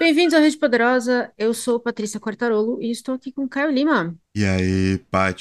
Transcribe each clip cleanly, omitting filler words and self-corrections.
Bem-vindos à Rede Poderosa, eu sou Patrícia Quartarolo e estou aqui com Caio Lima. E aí,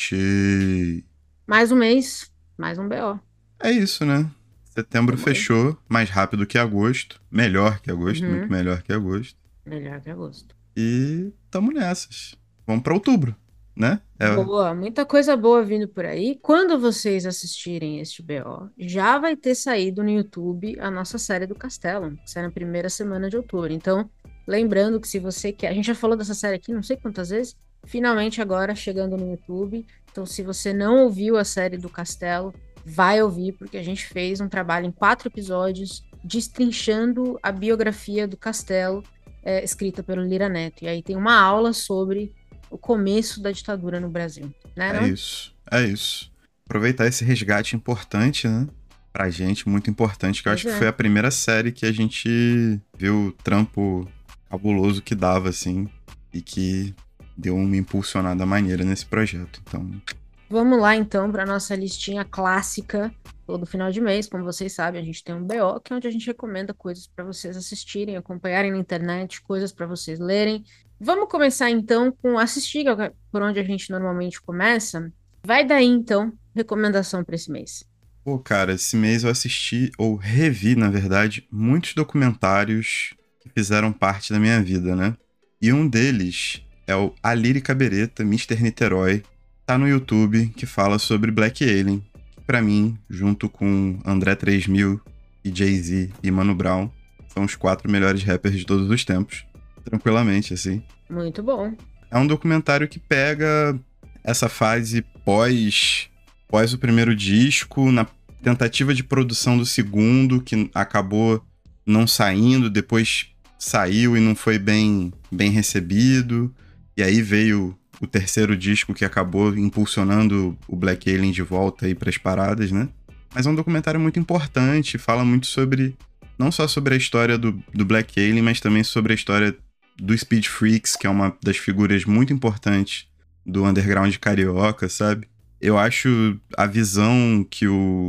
Paty? Mais um mês, mais um BO. É isso, né? Setembro Tamo aí. fechou mais rápido que agosto. Melhor que agosto, muito Uhum, melhor que agosto. melhor que agosto. E tamo nessas. Vamos pra outubro, né? Boa, muita coisa boa vindo por aí. Quando vocês assistirem este BO, já vai ter saído no YouTube a nossa série do Castelo, que sai na primeira semana de outubro. Então, lembrando que se você quer, a gente já falou dessa série aqui não sei quantas vezes, finalmente agora chegando no YouTube. Então, se você não ouviu a série do Castelo, vai ouvir, porque a gente fez um trabalho em 4 episódios destrinchando a biografia do Castelo, escrita pelo Lira Neto. E aí tem uma aula sobre o começo da ditadura no Brasil, né, É não? isso. É isso. Aproveitar esse resgate importante, né? Pra gente, muito importante, que eu Pois acho que é. foi a primeira série que a gente viu o trampo cabuloso que dava, assim, e que deu uma impulsionada maneira nesse projeto. Então, Vamos lá então para nossa listinha clássica todo final de mês. Como vocês sabem, a gente tem um BO, que é onde a gente recomenda coisas para vocês assistirem, acompanharem na internet, coisas para vocês lerem. Vamos começar então com assistir, que é por onde a gente normalmente começa. Vai daí então, recomendação para esse mês. pô, cara, esse mês eu assisti, ou revi, na verdade, muitos documentários que fizeram parte da minha vida, né? E um deles é o A Lírica Beretta, Mister Niterói, tá no YouTube, que fala sobre Black Alien, que pra mim, junto com André 3000 e Jay-Z e Mano Brown, são os 4 melhores rappers de todos os tempos. Tranquilamente, assim. Muito bom. É um documentário que pega essa fase pós o primeiro disco, na tentativa de produção do segundo, que acabou não saindo, depois saiu e não foi bem recebido. E aí veio o terceiro disco que acabou impulsionando o Black Alien de volta aí para as paradas, né? Mas é um documentário muito importante, fala muito sobre não só sobre a história do Black Alien, mas também sobre a história do Speed Freaks, que é uma das figuras muito importantes do underground carioca, sabe? Eu acho a visão que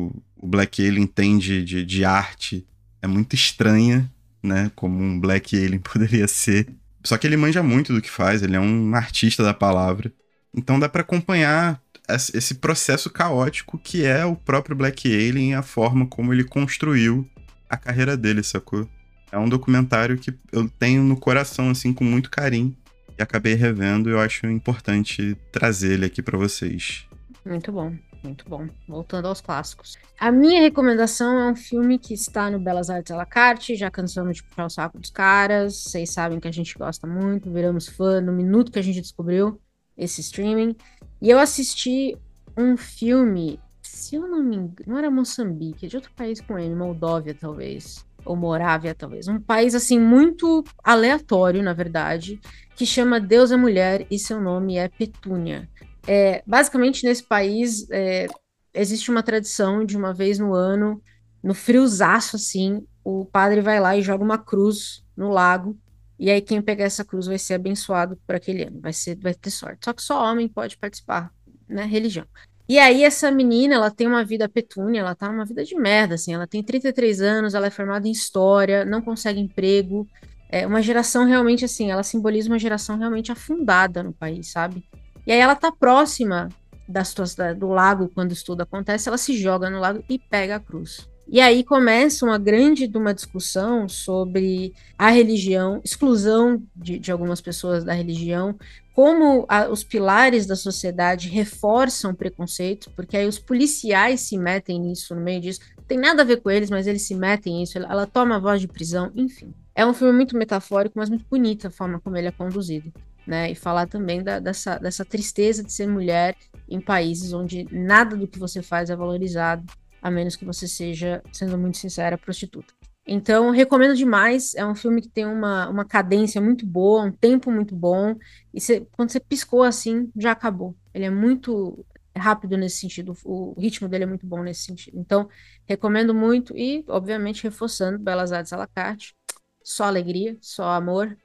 o Black Alien tem de arte é muito estranha, né? Como um Black Alien poderia ser. Só que ele manja muito do que faz, ele é um artista da palavra. Então dá pra acompanhar esse processo caótico que é o próprio Black Alien e a forma como ele construiu a carreira dele, sacou? É um documentário que eu tenho no coração, assim, com muito carinho. E acabei revendo e eu acho importante trazer ele aqui pra vocês. Muito bom, muito bom. Voltando aos clássicos. A minha recomendação é um filme que está no Belas Artes à la carte, já cansamos de puxar o saco dos caras, vocês sabem que a gente gosta muito, viramos fã no minuto que a gente descobriu esse streaming. E eu assisti um filme, se eu não me engano, não era Moçambique, é de outro país com ele, Moldóvia talvez, ou Morávia talvez. Um país assim muito aleatório, na verdade, que chama Deus é Mulher e seu nome é Petúnia. Basicamente, nesse país, existe uma tradição de uma vez no ano, no friozaço, assim, o padre vai lá e joga uma cruz no lago, e aí quem pegar essa cruz vai ser abençoado por aquele ano, vai ter sorte. Só que só homem pode participar, né? Religião. E aí essa menina, ela tem uma vida petúnia, ela tá numa vida de merda, assim, ela tem 33 anos, ela é formada em história, não consegue emprego, é uma geração realmente assim, ela simboliza uma geração realmente afundada no país, sabe? E aí ela tá próxima da situação do lago quando isso tudo acontece, ela se joga no lago e pega a cruz. E aí começa uma grande de uma discussão sobre a religião, exclusão de algumas pessoas da religião, como os pilares da sociedade reforçam preconceitos, porque aí os policiais se metem nisso, no meio disso. Não tem nada a ver com eles, mas eles se metem nisso. Ela toma a voz de prisão, enfim. É um filme muito metafórico, mas muito bonito a forma como ele é conduzido, né? E falar também dessa tristeza de ser mulher em países onde nada do que você faz é valorizado, a menos que você seja, sendo muito sincera, prostituta. Então, recomendo demais. É um filme que tem uma cadência muito boa, um tempo muito bom. E quando você piscou assim, já acabou. Ele é muito rápido nesse sentido. O ritmo dele é muito bom nesse sentido. Então, recomendo muito. E, obviamente, reforçando Belas Artes à la carte. Só alegria, só amor,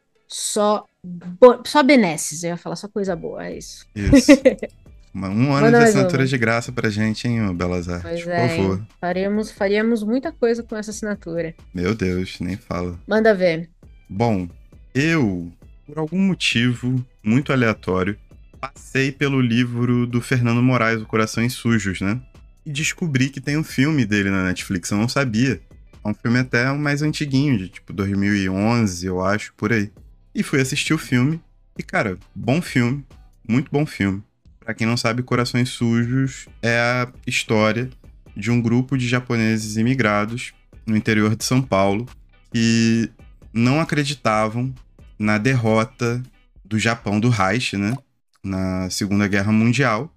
só benesses. Eu ia falar só coisa boa, é isso. Isso. Um ano Manda de mais assinatura uma. de graça pra gente, hein, ô Belas Artes, Pois por é, favor. hein? Faríamos muita coisa com essa assinatura. Meu Deus, nem fala. Manda ver. Bom, Eu, por algum motivo muito aleatório, passei pelo livro do Fernando Moraes, O Corações Sujos, né? E descobri que tem um filme dele na Netflix, eu não sabia. É um filme até mais antiguinho, de tipo 2011, eu acho, por aí. E fui assistir o filme, e cara, bom filme, muito bom filme. Pra quem não sabe, Corações Sujos é a história de um grupo de japoneses imigrados no interior de São Paulo que não acreditavam na derrota do Japão do Reich, né? Na Segunda Guerra Mundial.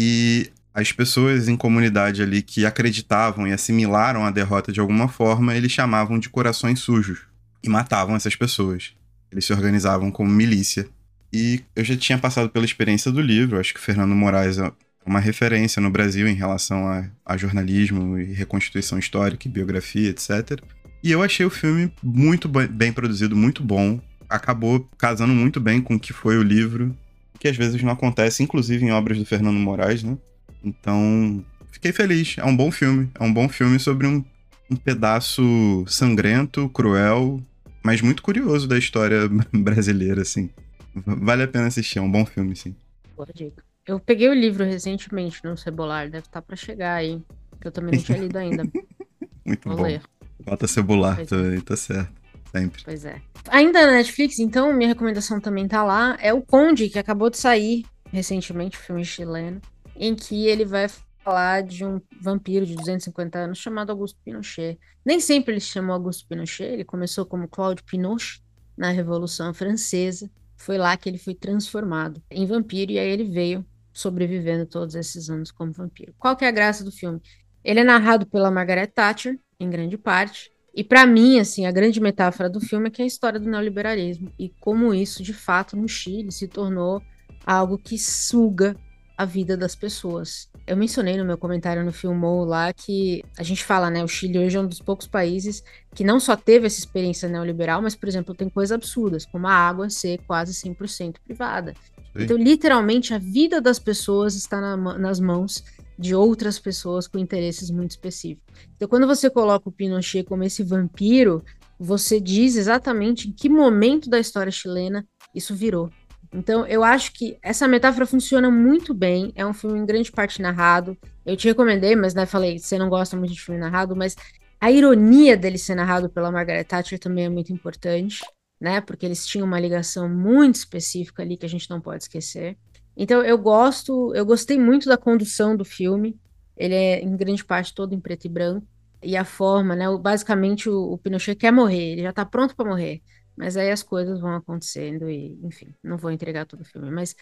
E as pessoas em comunidade ali que acreditavam e assimilaram a derrota de alguma forma, eles chamavam de corações sujos e matavam essas pessoas. Eles se organizavam como milícia. E eu já tinha passado pela experiência do livro, acho que o Fernando Moraes é uma referência no Brasil em relação a jornalismo e reconstituição histórica e biografia, etc. E eu achei o filme muito bem produzido, muito bom. Acabou casando muito bem com o que foi o livro, que às vezes não acontece, inclusive em obras do Fernando Moraes, né? Então, fiquei feliz. É um bom filme. É um bom filme sobre um pedaço sangrento, cruel, mas muito curioso da história brasileira, assim. Vale a pena assistir, é um bom filme, sim. Boa dica. Eu peguei o livro recentemente no Cebular, deve estar pra chegar aí. Que eu também não tinha lido ainda. Muito Vou bom. ler. Bota Cebular Pois é. também, tá certo. Sempre. Pois é. Ainda na Netflix, então, minha recomendação também tá lá. É o Conde, que acabou de sair recentemente, um filme chileno, em que ele vai falar de um vampiro de 250 anos chamado Augusto Pinochet. Nem sempre ele se chamou Augusto Pinochet, ele começou como Claude Pinochet na Revolução Francesa. Foi lá que ele foi transformado em vampiro e aí ele veio sobrevivendo todos esses anos como vampiro. Qual que é a graça do filme? Ele é narrado pela Margaret Thatcher, em grande parte, e para mim, assim, a grande metáfora do filme é que é a história do neoliberalismo e como isso, de fato, no Chile se tornou algo que suga a vida das pessoas. Eu mencionei no meu comentário no Filmou lá que a gente fala, né, o Chile hoje é um dos poucos países que não só teve essa experiência neoliberal, mas, por exemplo, tem coisas absurdas, como a água ser quase 100% privada. Sim. Então, literalmente, a vida das pessoas está nas mãos de outras pessoas com interesses muito específicos. Então, quando você coloca o Pinochet como esse vampiro, você diz exatamente em que momento da história chilena isso virou. Então, eu acho que essa metáfora funciona muito bem. É um filme em grande parte narrado. Eu te recomendei, mas né, falei, você não gosta muito de filme narrado, mas a ironia dele ser narrado pela Margaret Thatcher também é muito importante, né? Porque eles tinham uma ligação muito específica ali que a gente não pode esquecer. Então, eu gostei muito da condução do filme. Ele é, em grande parte, todo em preto e branco. E a forma, né? Basicamente, o Pinochet quer morrer, ele já tá pronto para morrer. Mas aí as coisas vão acontecendo e, enfim, não vou entregar todo o filme. Mas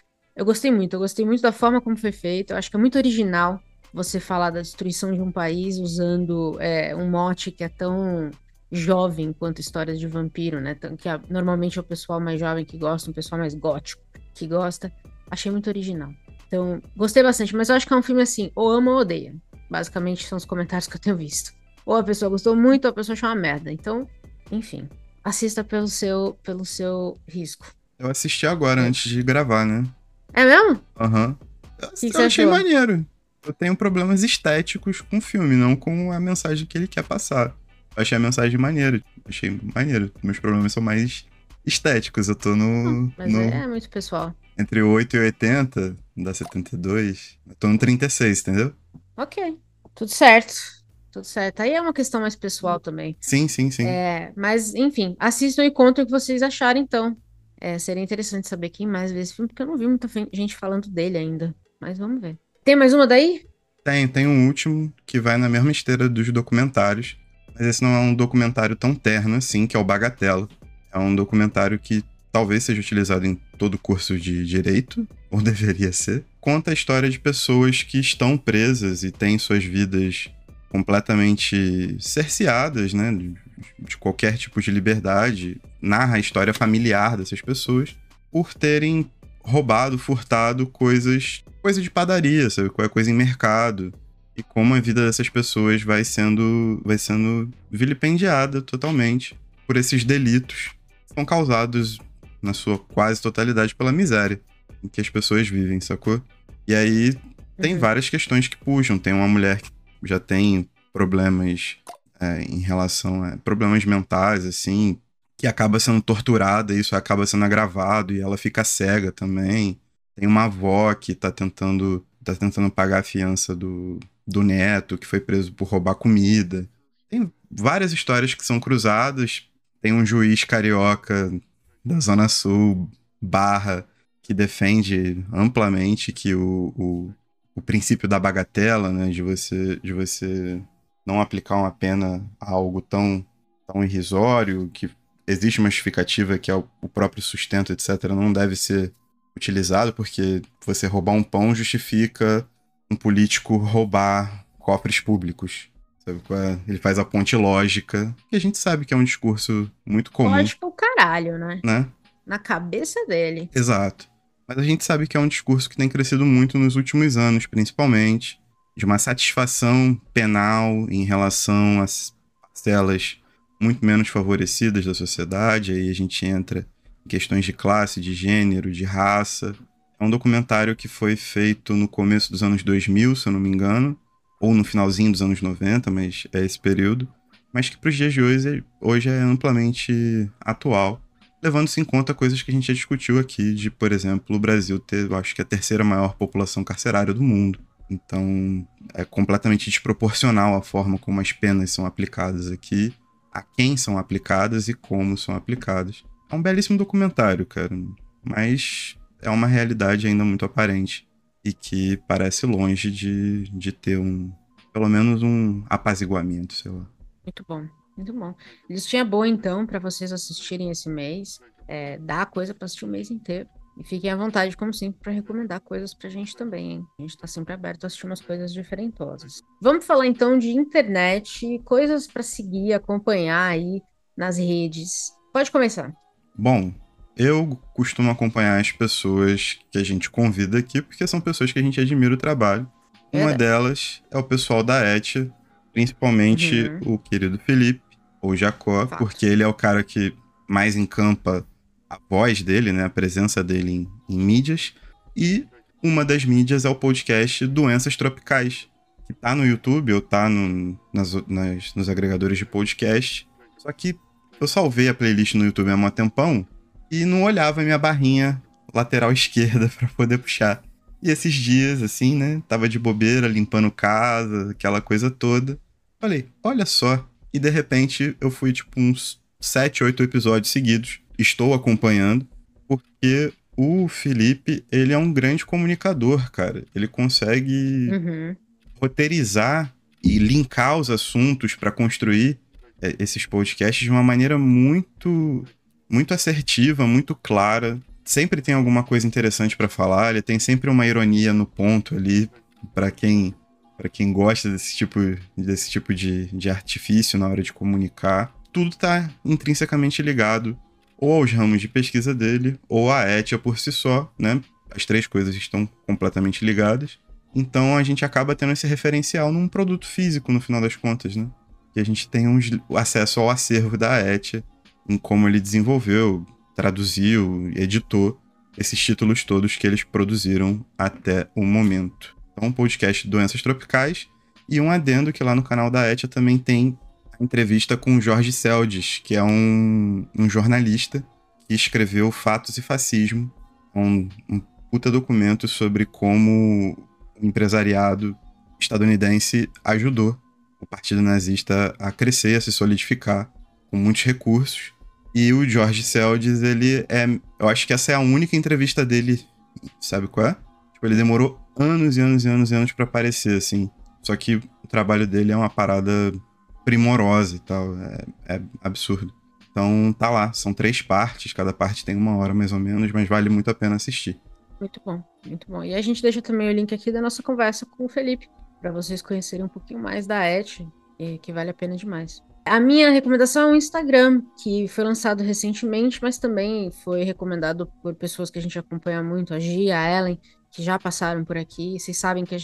eu gostei muito da forma como foi feito. Eu acho que é muito original você falar da destruição de um país usando um mote que é tão jovem quanto histórias de vampiro, né? Que normalmente é o pessoal mais jovem que gosta, um pessoal mais gótico que gosta. Achei muito original. Então, gostei bastante, mas eu acho que é um filme assim, ou ama ou odeia. Basicamente são os comentários que eu tenho visto. Ou a pessoa gostou muito, ou a pessoa achou uma merda. Então, enfim, assista pelo seu risco. Eu assisti agora, É, antes de gravar, né? é mesmo? Aham. O que Eu você achei achou? maneiro. Eu tenho problemas estéticos com o filme, não com a mensagem que ele quer passar. Eu achei a mensagem maneira. Achei maneiro. Meus problemas são mais estéticos. Eu tô Mas é muito pessoal. entre 8 e 80, dá 72. Eu tô no 36, entendeu? Ok, tudo certo. Tudo certo. Aí é uma questão mais pessoal também. Sim, sim, sim. Mas, enfim, assistam e contem o que vocês acharam, então. Seria interessante saber quem mais vê esse filme, porque eu não vi muita gente falando dele ainda. Mas vamos ver. Tem mais uma daí? Tem um último que vai na mesma esteira dos documentários, mas esse não é um documentário tão terno assim, que é o Bagatela. É um documentário que talvez seja utilizado em todo curso de direito, ou deveria ser. Conta a história de pessoas que estão presas e têm suas vidas completamente cerceadas, né, de qualquer tipo de liberdade. Narra a história familiar dessas pessoas por terem roubado, furtado coisa de padaria, sabe? Qualquer coisa em mercado. E como a vida dessas pessoas vai sendo vilipendiada totalmente por esses delitos que são causados, na sua quase totalidade, pela miséria em que as pessoas vivem, sacou? E aí tem várias questões que puxam. Tem uma mulher que já tem problemas em relação a problemas mentais, assim, que acaba sendo torturada, isso acaba sendo agravado, e ela fica cega também. Tem uma avó que tá tentando pagar a fiança do neto, que foi preso por roubar comida. Tem várias histórias que são cruzadas. Tem um juiz carioca da Zona Sul, Barra, que defende amplamente que o princípio da bagatela, né, de você não aplicar uma pena a algo tão irrisório, que existe uma justificativa que é o próprio sustento, etc., não deve ser utilizado, porque você roubar um pão justifica um político roubar cofres públicos. Sabe qual é? Ele faz a ponte lógica, que a gente sabe que é um discurso muito comum, Lógico, o caralho, né? né? Na cabeça dele. Exato. Mas a gente sabe que é um discurso que tem crescido muito nos últimos anos, principalmente, de uma satisfação penal em relação às parcelas muito menos favorecidas da sociedade. Aí a gente entra em questões de classe, de gênero, de raça. É um documentário que foi feito no começo dos anos 2000, se eu não me engano, ou no finalzinho dos anos 90, mas é esse período, mas que para os dias de hoje é amplamente atual, levando-se em conta coisas que a gente já discutiu aqui, de, por exemplo, o Brasil ter, eu acho que a terceira maior população carcerária do mundo. Então, é completamente desproporcional a forma como as penas são aplicadas aqui, a quem são aplicadas e como são aplicadas. É um belíssimo documentário, cara, mas é uma realidade ainda muito aparente e que parece longe de ter pelo menos um apaziguamento, sei lá. Muito bom, muito bom. Listinha boa, então, para vocês assistirem esse mês. Dá coisa para assistir o mês inteiro. E fiquem à vontade, como sempre, para recomendar coisas pra gente também, hein? A gente tá sempre aberto a assistir umas coisas diferentosas. Vamos falar então de internet, coisas para seguir, acompanhar aí nas redes. Pode começar. Bom, eu costumo acompanhar as pessoas que a gente convida aqui, porque são pessoas que a gente admira o trabalho. Uma Verdade. delas é o pessoal da ETIA, principalmente Uhum, o querido Felipe, ou Jacó, fato. porque ele é o cara que mais encampa a voz dele, né, a presença dele em mídias. E uma das mídias é o podcast Doenças Tropicais, que tá no YouTube ou tá nos agregadores de podcast. Só que eu salvei a playlist no YouTube há um tempão e não olhava a minha barrinha lateral esquerda pra poder puxar. E esses dias, assim, né, tava de bobeira, limpando casa, aquela coisa toda. Falei, olha só. E de repente eu fui, tipo, uns 7, 8 episódios seguidos. Estou acompanhando, porque o Felipe, ele é um grande comunicador, cara. Ele consegue Uhum. roteirizar e linkar os assuntos para construir esses podcasts de uma maneira muito, muito assertiva, muito clara. Sempre tem alguma coisa interessante para falar, ele tem sempre uma ironia no ponto ali para quem gosta desse tipo de artifício na hora de comunicar. Tudo está intrinsecamente ligado ou aos ramos de pesquisa dele ou à ETIA por si só, né? As três coisas estão completamente ligadas. Então a gente acaba tendo esse referencial num produto físico, no final das contas, né? Que a gente tem acesso ao acervo da ETIA, em como ele desenvolveu, traduziu e editou esses títulos todos que eles produziram até o momento. Então, um podcast de Doenças Tropicais e um adendo que lá no canal da ETIA também tem a entrevista com o Jorge Seldes, que é um jornalista que escreveu Fatos e Fascismo, um puta documento sobre como o empresariado estadunidense ajudou o Partido Nazista a crescer, a se solidificar, com muitos recursos. E o Jorge Seldes, eu acho que essa é a única entrevista dele, sabe qual é? Tipo, ele demorou anos e anos e anos e anos pra aparecer, assim. Só que o trabalho dele é uma parada primorosa e tal, é absurdo. Então tá lá, são 3 partes, cada parte tem 1 hora mais ou menos, mas vale muito a pena assistir. Muito bom, muito bom. E a gente deixa também o link aqui da nossa conversa com o Felipe, para vocês conhecerem um pouquinho mais da ET, que vale a pena demais. A minha recomendação é o Instagram, que foi lançado recentemente, mas também foi recomendado por pessoas que a gente acompanha muito, a Gia, a Ellen, que já passaram por aqui. Vocês sabem que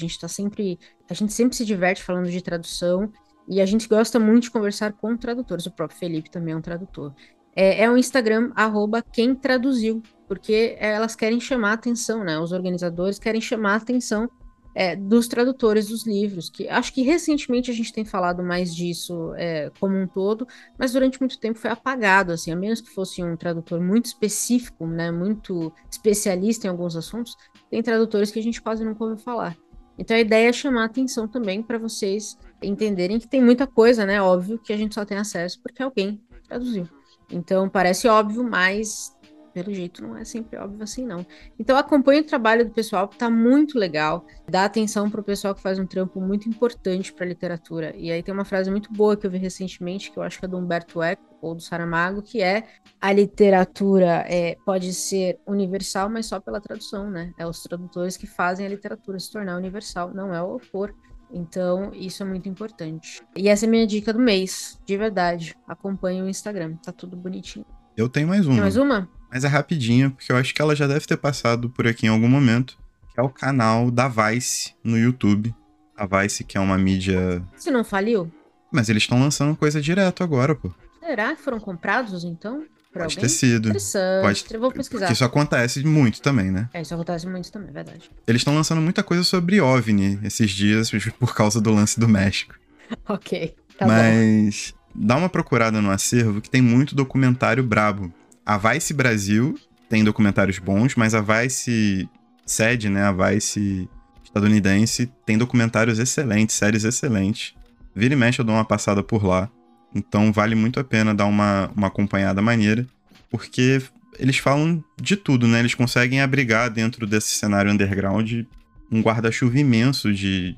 a gente sempre se diverte falando de tradução e a gente gosta muito de conversar com tradutores. O próprio Felipe também é um tradutor. É o Instagram, @quem traduziu, porque elas querem chamar a atenção, né? Os organizadores querem chamar a atenção dos tradutores dos livros, que acho que recentemente a gente tem falado mais disso como um todo, mas durante muito tempo foi apagado, assim, a menos que fosse um tradutor muito específico, né, muito especialista em alguns assuntos, tem tradutores que a gente quase nunca ouviu falar. Então a ideia é chamar a atenção também para vocês entenderem que tem muita coisa, né, óbvio, que a gente só tem acesso porque alguém traduziu. Então parece óbvio, mas pelo jeito não é sempre óbvio assim, não. Então acompanhe o trabalho do pessoal, que tá muito legal. Dá atenção pro pessoal que faz um trampo muito importante para literatura. E aí tem uma frase muito boa que eu vi recentemente, que eu acho que é do Humberto Eco ou do Saramago, que é: a literatura pode ser universal, mas só pela tradução, né? É os tradutores que fazem a literatura se tornar universal, não é o autor. Então, isso é muito importante. E essa é a minha dica do mês, de verdade. Acompanhe o Instagram, tá tudo bonitinho. Eu tenho mais Tem mais uma, uma? mas é rapidinha, porque eu acho que ela já deve ter passado por aqui em algum momento, que é o canal da Vice no YouTube. A Vice, que é uma mídia... Se não faliu? Mas eles estão lançando coisa direto agora, pô. Será que foram comprados, então, por Pode ter alguém? sido. Pode... Interessante. Eu vou Porque pesquisar. isso acontece muito também, né? Isso acontece muito também, é verdade. Eles estão lançando muita coisa sobre OVNI esses dias, por causa do lance do México. Ok, tá bom. Mas dá uma procurada no acervo que tem muito documentário brabo. A Vice Brasil tem documentários bons, mas a Vice sede, né, a Vice estadunidense, tem documentários excelentes, séries excelentes. Vira e mexe eu dou uma passada por lá. Então vale muito a pena dar uma acompanhada maneira, porque eles falam de tudo, né? Eles conseguem abrigar dentro desse cenário underground um guarda-chuva imenso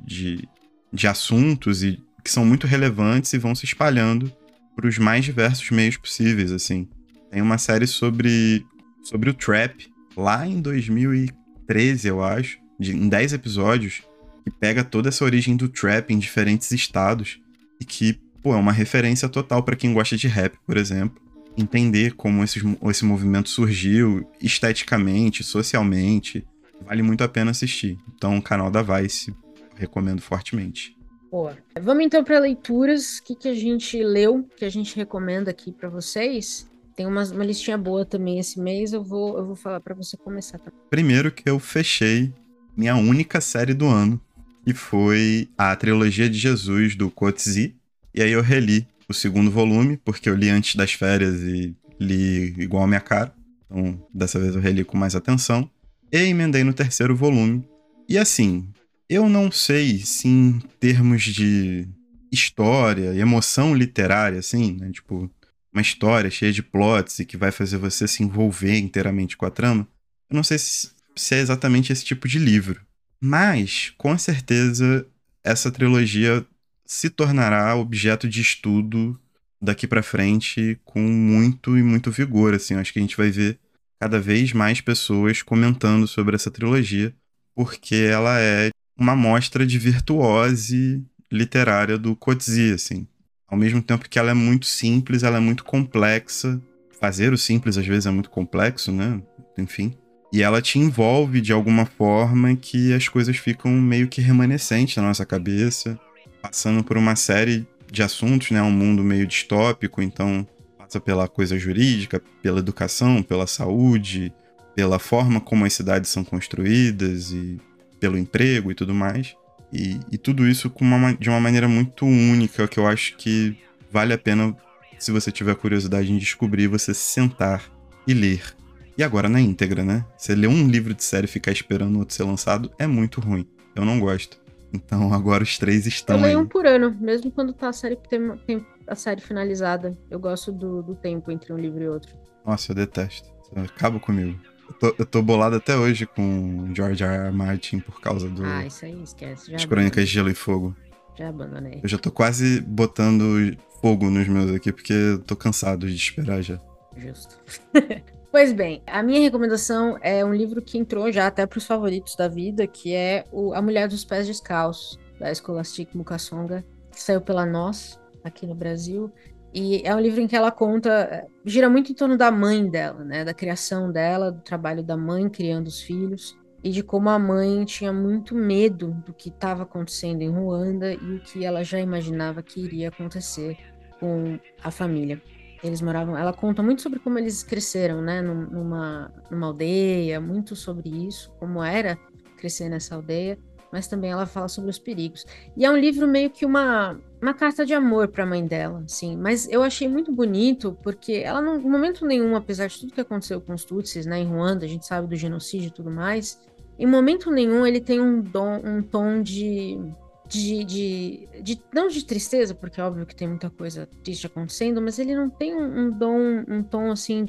de assuntos e que são muito relevantes e vão se espalhando para os mais diversos meios possíveis, assim. Tem uma série sobre o trap, lá em 2013, eu acho, em 10 episódios, que pega toda essa origem do trap em diferentes estados e que, pô, é uma referência total para quem gosta de rap, por exemplo. Entender como esse movimento surgiu esteticamente, socialmente, vale muito a pena assistir. Então, o canal da Vice, recomendo fortemente. Boa. Vamos então para leituras. O que a gente leu, que a gente recomenda aqui para vocês? Tem uma listinha boa também esse mês. Eu vou falar para você começar. Tá? Primeiro que eu fechei minha única série do ano, que foi a trilogia de Jesus do Coetzee. E aí eu reli o segundo volume, porque eu li antes das férias e li igual a minha cara. Então, dessa vez eu reli com mais atenção. E emendei no terceiro volume. E assim, eu não sei se em termos de história e emoção literária, assim, né? Tipo, uma história cheia de plots e que vai fazer você se envolver inteiramente com a trama. Eu não sei se é exatamente esse tipo de livro. Mas, com certeza, essa trilogia se tornará objeto de estudo daqui pra frente com muito e muito vigor, assim. Eu acho que a gente vai ver cada vez mais pessoas comentando sobre essa trilogia, porque ela é uma mostra de virtuose literária do Coetzee, assim. Ao mesmo tempo que ela é muito simples, ela é muito complexa. Fazer o simples, às vezes, é muito complexo, né? Enfim. E ela te envolve de alguma forma que as coisas ficam meio que remanescentes na nossa cabeça, passando por uma série de assuntos, né? Um mundo meio distópico, então passa pela coisa jurídica, pela educação, pela saúde, pela forma como as cidades são construídas e pelo emprego e tudo mais. E tudo isso de uma maneira muito única, que eu acho que vale a pena, se você tiver curiosidade em descobrir, você se sentar e ler. E agora na íntegra, né? Você ler um livro de série e ficar esperando o outro ser lançado é muito ruim. Eu não gosto. Então agora os 3 estão Eu leio aí. um por ano, mesmo quando tá a série, tem a série finalizada. Eu gosto do tempo entre um livro e outro. Nossa, eu detesto. Acaba comigo. Eu tô bolado até hoje com George R. R. Martin por causa Isso aí, esquece. das Crônicas de Gelo e Fogo. Já abandonei. Eu já tô quase botando fogo nos meus aqui, porque eu tô cansado de esperar já. Justo. Pois bem, a minha recomendação é um livro que entrou já até para os favoritos da vida, que é A Mulher dos Pés Descalços, da Scholastic Mukasonga, que saiu pela Nós, aqui no Brasil. E é um livro em que ela conta, gira muito em torno da mãe dela, né? Da criação dela, do trabalho da mãe criando os filhos, e de como a mãe tinha muito medo do que estava acontecendo em Ruanda e o que ela já imaginava que iria acontecer com a família. Eles moravam. Ela conta muito sobre como eles cresceram, né? Numa aldeia, muito sobre isso, como era crescer nessa aldeia. mas também ela fala sobre os perigos. E é um livro meio que uma carta de amor para a mãe dela, assim. Mas eu achei muito bonito, porque ela, não, em momento nenhum, apesar de tudo que aconteceu com os Tutsis, né, em Ruanda, a gente sabe do genocídio e tudo mais, em momento nenhum ele tem um tom não de tristeza, porque é óbvio que tem muita coisa triste acontecendo, mas ele não tem um tom assim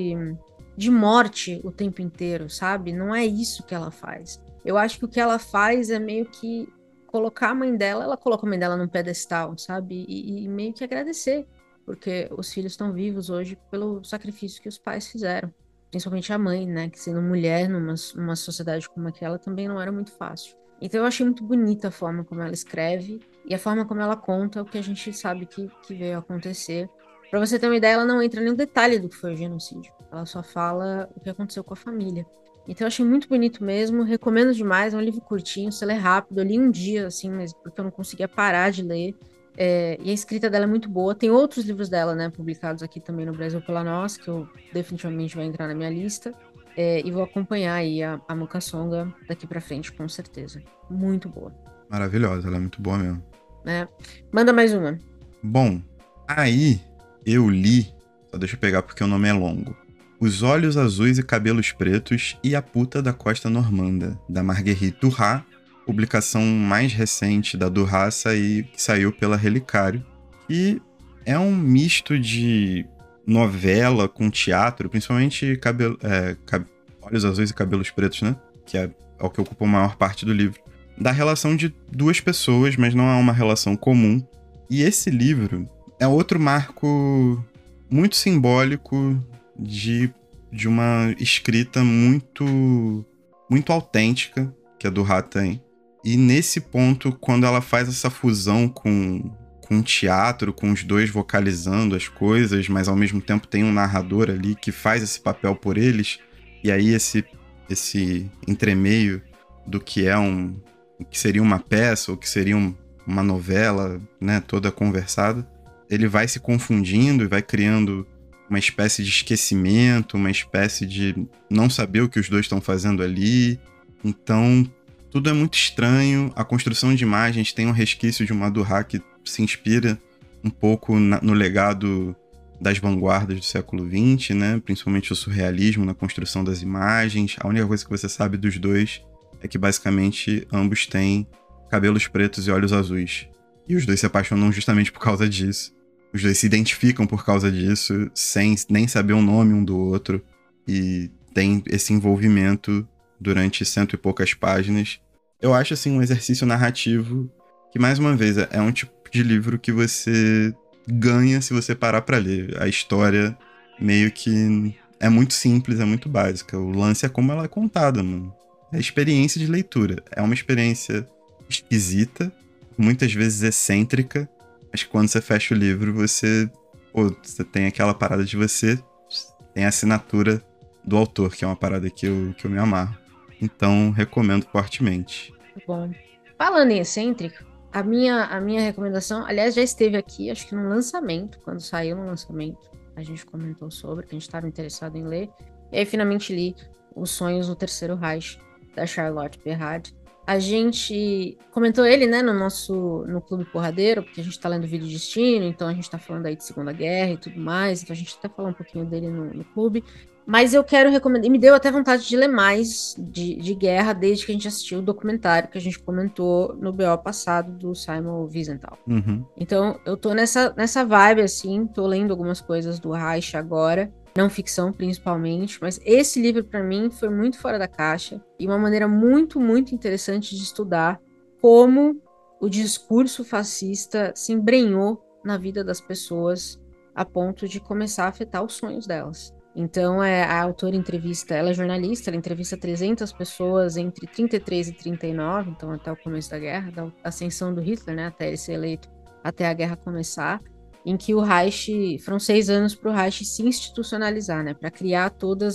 de morte o tempo inteiro, sabe? Não é isso que ela faz. Eu acho que o que ela faz é meio que colocar a mãe dela, ela coloca a mãe dela num pedestal, sabe? E meio que agradecer, porque os filhos estão vivos hoje pelo sacrifício que os pais fizeram. Principalmente a mãe, né? Que sendo mulher numa sociedade como aquela também não era muito fácil. Então eu achei muito bonita a forma como ela escreve e a forma como ela conta o que a gente sabe que veio a acontecer. Para você ter uma ideia, ela não entra em nenhum detalhe do que foi o genocídio. Ela só fala o que aconteceu com a família. Então eu achei muito bonito mesmo, recomendo demais, é um livro curtinho, você lê rápido, eu li um dia, assim, mas porque eu não conseguia parar de ler. E a escrita dela é muito boa. Tem outros livros dela, né, publicados aqui também no Brasil pela Nós, que eu definitivamente vai entrar na minha lista. E vou acompanhar aí a Mukasonga daqui pra frente, com certeza. Muito boa. Maravilhosa, ela é muito boa mesmo. Né? Manda mais uma. Bom, aí eu li, só deixa eu pegar porque o nome é longo. Os Olhos Azuis e Cabelos Pretos e a Puta da Costa Normanda, da Marguerite Duras, publicação mais recente da Duras que saiu pela Relicário. E é um misto de novela com teatro, principalmente Olhos Azuis e Cabelos Pretos, né? Que é o que ocupa a maior parte do livro. Da relação de duas pessoas, mas não há uma relação comum. E esse livro é outro marco muito simbólico de uma escrita muito autêntica que a Duras tem. E nesse ponto, quando ela faz essa fusão com teatro, com os dois vocalizando as coisas, mas ao mesmo tempo tem um narrador ali que faz esse papel por eles, e aí esse entremeio do que é que seria uma peça ou que seria uma novela, né, toda conversada, ele vai se confundindo e vai criando uma espécie de esquecimento, uma espécie de não saber o que os dois estão fazendo ali. Então, tudo é muito estranho. A construção de imagens tem um resquício de uma Duras que se inspira um pouco no legado das vanguardas do século XX, né? Principalmente o surrealismo na construção das imagens. A única coisa que você sabe dos dois é que, basicamente, ambos têm cabelos pretos e olhos azuis. E os dois se apaixonam justamente por causa disso. Os dois se identificam por causa disso, sem nem saber o nome um do outro. E tem esse envolvimento durante 100 e poucas páginas. Eu acho, assim, um exercício narrativo que, mais uma vez, é um tipo de livro que você ganha se você parar pra ler. A história meio que é muito simples, é muito básica. O lance é como ela é contada, mano. É a experiência de leitura. É uma experiência esquisita, muitas vezes excêntrica, mas que quando você fecha o livro, você tem aquela parada de você tem a assinatura do autor, que é uma parada que eu me amarro. Então, recomendo fortemente. Bom. Falando em excêntrico, a minha recomendação, aliás, já esteve aqui, acho que no lançamento, quando saiu no lançamento, a gente comentou sobre, que a gente estava interessado em ler, e aí finalmente li Os Sonhos do Terceiro Reich, da Charlotte Berard. A gente comentou ele, né, no Clube Porradeiro, porque a gente tá lendo Vida e Destino, então a gente tá falando aí de Segunda Guerra e tudo mais, então a gente até falou um pouquinho dele no clube. Mas eu quero recomendar, e me deu até vontade de ler mais de guerra desde que a gente assistiu o documentário que a gente comentou no BO passado do Simon Wiesenthal. Uhum. Então eu tô nessa vibe, assim, tô lendo algumas coisas do Reich agora, não ficção principalmente, mas esse livro para mim foi muito fora da caixa e uma maneira muito, muito interessante de estudar como o discurso fascista se embrenhou na vida das pessoas a ponto de começar a afetar os sonhos delas. Então, a autora entrevista, ela é jornalista, ela entrevista 300 pessoas entre 33 e 39, então até o começo da guerra, da ascensão do Hitler, né, até ele ser eleito, até a guerra começar, em que o Reich, foram 6 anos para o Reich se institucionalizar, né, para criar todas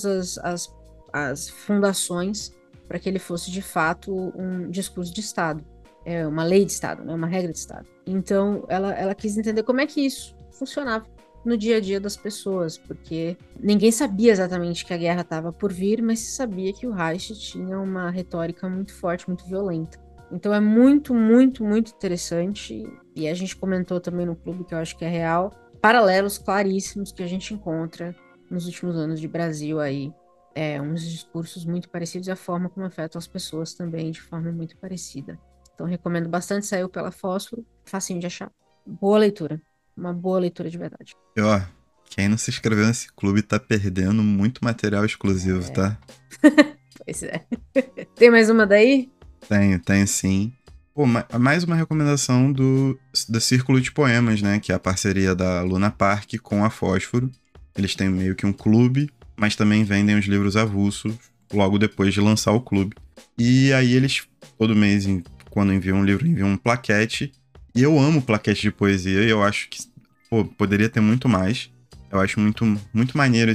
as fundações para que ele fosse, de fato, um discurso de Estado, uma lei de Estado, né, uma regra de Estado. Então, ela quis entender como é que isso funcionava no dia a dia das pessoas, porque ninguém sabia exatamente que a guerra estava por vir, mas se sabia que o Reich tinha uma retórica muito forte, muito violenta. Então é muito, muito, muito interessante. E a gente comentou também no clube, que eu acho que é real, paralelos claríssimos que a gente encontra nos últimos anos de Brasil aí. Uns discursos muito parecidos e a forma como afetam as pessoas também de forma muito parecida. Então recomendo bastante, saiu pela Fósforo, facinho de achar. Boa leitura, uma boa leitura de verdade. E ó, quem não se inscreveu nesse clube tá perdendo muito material exclusivo, É, tá? pois é. Tem mais uma daí? Tenho sim. Pô, mais uma recomendação do Círculo de Poemas, né? Que é a parceria da Luna Park com a Fósforo. Eles têm meio que um clube, mas também vendem os livros avulsos logo depois de lançar o clube. E aí eles, todo mês, quando enviam um livro, enviam um plaquete. E eu amo plaquete de poesia e eu acho que, pô, poderia ter muito mais. Eu acho muito, muito maneiro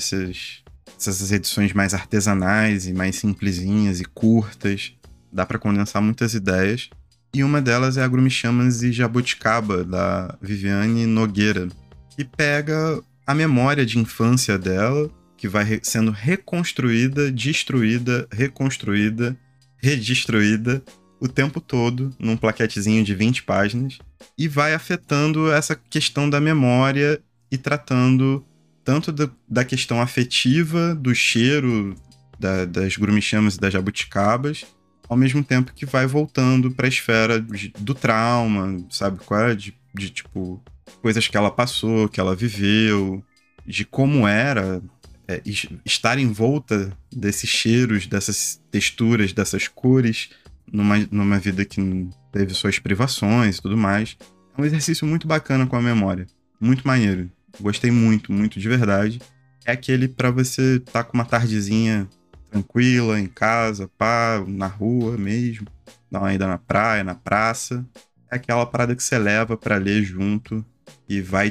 essas edições mais artesanais e mais simplesinhas e curtas. Dá pra condensar muitas ideias. E uma delas é Agrumichamas e Jabuticaba, da Viviane Nogueira, que pega a memória de infância dela, que vai sendo reconstruída, destruída, reconstruída, redestruída o tempo todo, num plaquetezinho de 20 páginas, e vai afetando essa questão da memória e tratando tanto da questão afetiva, do cheiro das grumichamas e das jabuticabas, ao mesmo tempo que vai voltando para a esfera do trauma, sabe qual é? De tipo, coisas que ela passou, que ela viveu, de como era estar envolta desses cheiros, dessas texturas, dessas cores, numa vida que teve suas privações e tudo mais. É um exercício muito bacana com a memória. Muito maneiro. Gostei muito, muito de verdade. É aquele para você estar com uma tardezinha tranquila, em casa, pá, na rua mesmo, dar uma ida na praia, na praça. É aquela parada que você leva pra ler junto e vai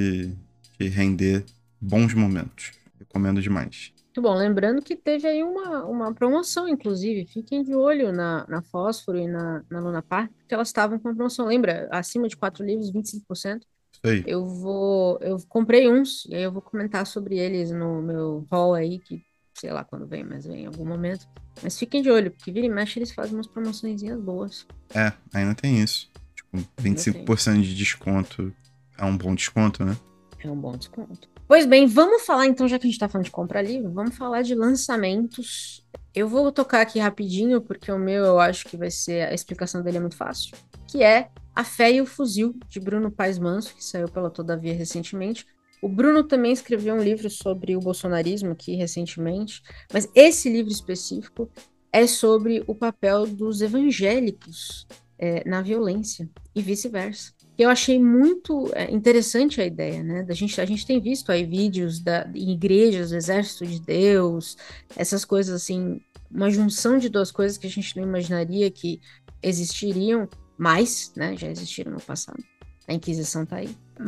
te render bons momentos. Recomendo demais. Muito bom. Lembrando que teve aí uma promoção, inclusive. Fiquem de olho na Fósforo e na Luna Park, porque elas estavam com promoção. Lembra? Acima de 4 livros, 25%. Isso aí. Eu comprei uns, e aí eu vou comentar sobre eles no meu haul aí, que sei lá quando vem, mas vem em algum momento. Mas fiquem de olho, porque vira e mexe eles fazem umas promoçõezinhas boas. Ainda tem isso. Tipo, Ainda tem. 25% de desconto é um bom desconto, né? É um bom desconto. Pois bem, vamos falar então, já que a gente tá falando de compra livre, vamos falar de lançamentos. Eu vou tocar aqui rapidinho, porque o meu eu acho que vai ser, a explicação dele é muito fácil, que é A Fé e o Fuzil, de Bruno Paes Manso, que saiu pela Todavia recentemente. O Bruno também escreveu um livro sobre o bolsonarismo aqui recentemente, mas esse livro específico é sobre o papel dos evangélicos na violência e vice-versa. Eu achei muito interessante a ideia, né? A gente tem visto aí vídeos em igrejas, do Exército de Deus, essas coisas assim, uma junção de duas coisas que a gente não imaginaria que existiriam, mas, né, já existiram no passado. A Inquisição tá aí.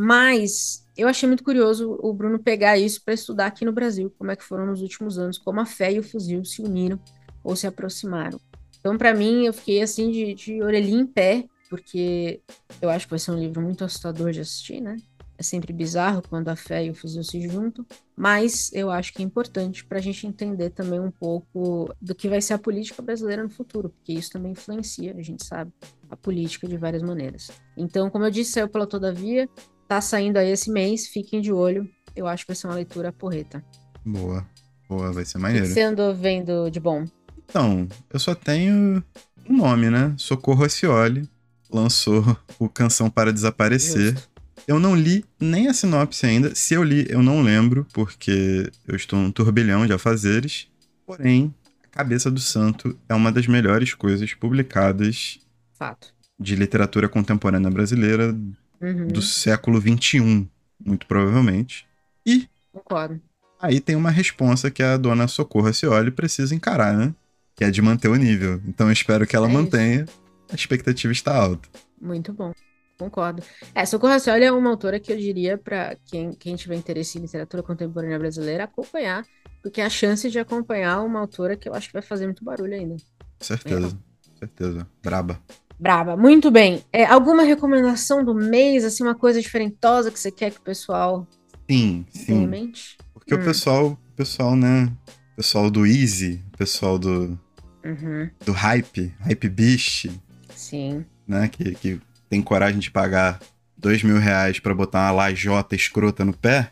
Mas eu achei muito curioso o Bruno pegar isso para estudar aqui no Brasil, como é que foram nos últimos anos, como a fé e o fuzil se uniram ou se aproximaram. Então, para mim, eu fiquei assim de orelhinha em pé, porque eu acho que vai ser um livro muito assustador de assistir, né? É sempre bizarro quando a fé e o fuzil se juntam, mas eu acho que é importante para a gente entender também um pouco do que vai ser a política brasileira no futuro, porque isso também influencia, a gente sabe, a política de várias maneiras. Então, como eu disse, saiu pela Todavia, tá saindo aí esse mês, fiquem de olho, eu acho que vai ser uma leitura porreta. Boa. Boa, vai ser O que maneiro. você andou vendo de bom? Então, eu só tenho um nome, né? Socorro Acioli. Lançou o Canção para Desaparecer. Justo. Eu não li nem a sinopse ainda. Se eu li, eu não lembro, porque eu estou num turbilhão de afazeres. Porém, A Cabeça do Santo é uma das melhores coisas publicadas Fato. de literatura contemporânea brasileira do Uhum, século XXI, muito provavelmente. E concordo. aí tem uma responsa que a dona Socorro Acioli precisa encarar, né? Que é de manter o nível. Então eu espero que ela É isso. mantenha. A expectativa está alta. Muito bom. Concordo. Socorro Racioli é uma autora que eu diria para quem tiver interesse em literatura contemporânea brasileira acompanhar, porque a chance de acompanhar uma autora que eu acho que vai fazer muito barulho ainda. Real. Certeza. Certeza. Braba. Braba. Muito bem. Alguma recomendação do mês, assim, uma coisa diferentosa que você quer que o pessoal Sim, tenha em sim. mente? Porque o pessoal, né? O pessoal do Easy, o pessoal Uhum. do Hype Beast, Sim. Né? Que tem coragem de pagar R$2.000 pra botar uma lajota escrota no pé.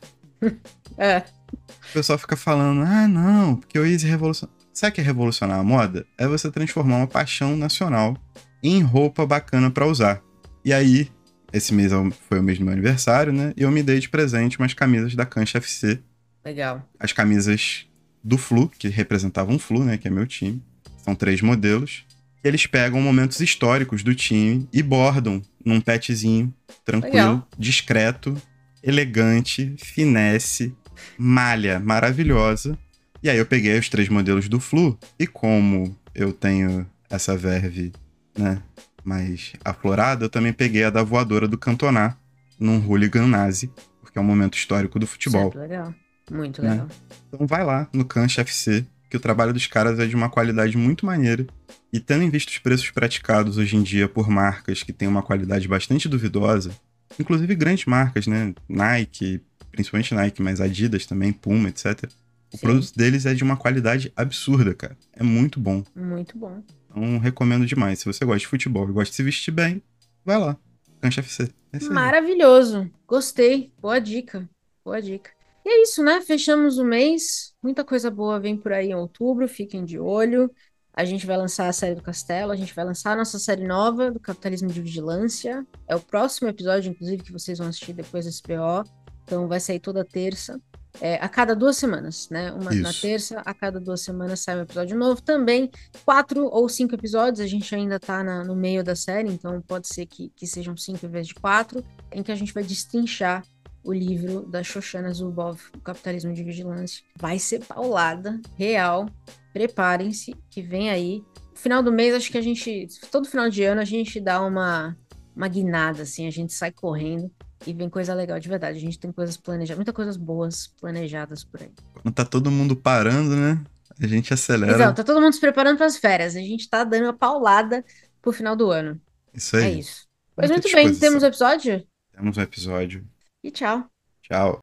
É. O pessoal fica falando, não, porque o Easy revolucionou. Sabe o que é revolucionar a moda? É você transformar uma paixão nacional em roupa bacana pra usar. E aí, esse mês foi o mês do meu aniversário, né? E eu me dei de presente umas camisas da Cancha FC. Legal. As camisas do Flu, que representavam o Flu, né? Que é meu time. São 3 modelos. E eles pegam momentos históricos do time e bordam num petzinho tranquilo, Legal. discreto, elegante, finesse, malha maravilhosa. E aí eu peguei os 3 modelos do Flu e como eu tenho essa verve, né, mais aflorada, eu também peguei a da voadora do Cantona num hooligan nazi, porque é um momento histórico do futebol. Sempre legal. Muito Né? legal. Então vai lá no Cancha FC, que o trabalho dos caras é de uma qualidade muito maneira. E tendo em vista os preços praticados hoje em dia por marcas que têm uma qualidade bastante duvidosa, inclusive grandes marcas, né? Nike, principalmente Nike, mas Adidas também, Puma, etc. O produto deles é de uma qualidade absurda, cara. É muito bom. Muito bom. Então recomendo demais. Se você gosta de futebol e gosta de se vestir bem, vai lá. Cancha FC. É isso aí. Maravilhoso. Gostei. Boa dica. Boa dica. E é isso, né? Fechamos o mês. Muita coisa boa vem por aí em outubro. Fiquem de olho. A gente vai lançar a série do Castelo. A gente vai lançar a nossa série nova do Capitalismo de Vigilância. É o próximo episódio, inclusive, que vocês vão assistir depois desse PO. Então vai sair toda terça. A cada 2 semanas, né? Uma na Isso. terça, a cada 2 semanas sai um episódio novo. Também 4 ou 5 episódios, a gente ainda tá no meio da série, então pode ser que sejam 5 em vez de 4, em que a gente vai destrinchar o livro da Shoshana Zuboff, O Capitalismo de Vigilância. Vai ser paulada, real. Preparem-se, que vem aí. No final do mês, acho que a gente, todo final de ano, a gente dá uma guinada, assim, a gente sai correndo. E vem coisa legal, de verdade. A gente tem coisas planejadas, muitas coisas boas planejadas por aí. Quando tá todo mundo parando, né? A gente acelera. Exato, tá todo mundo se preparando para as férias. A gente tá dando uma paulada pro final do ano. Isso É aí. isso. Pois Muita muito bem, temos o disposição. episódio? Temos um episódio. E tchau. Tchau.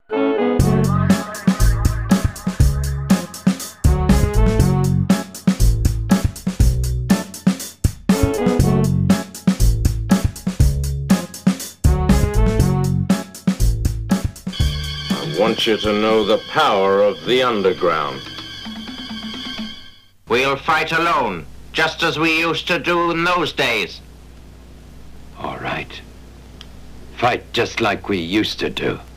I want you to know the power of the underground. We'll fight alone, just as we used to do in those days. All right. Fight just like we used to do.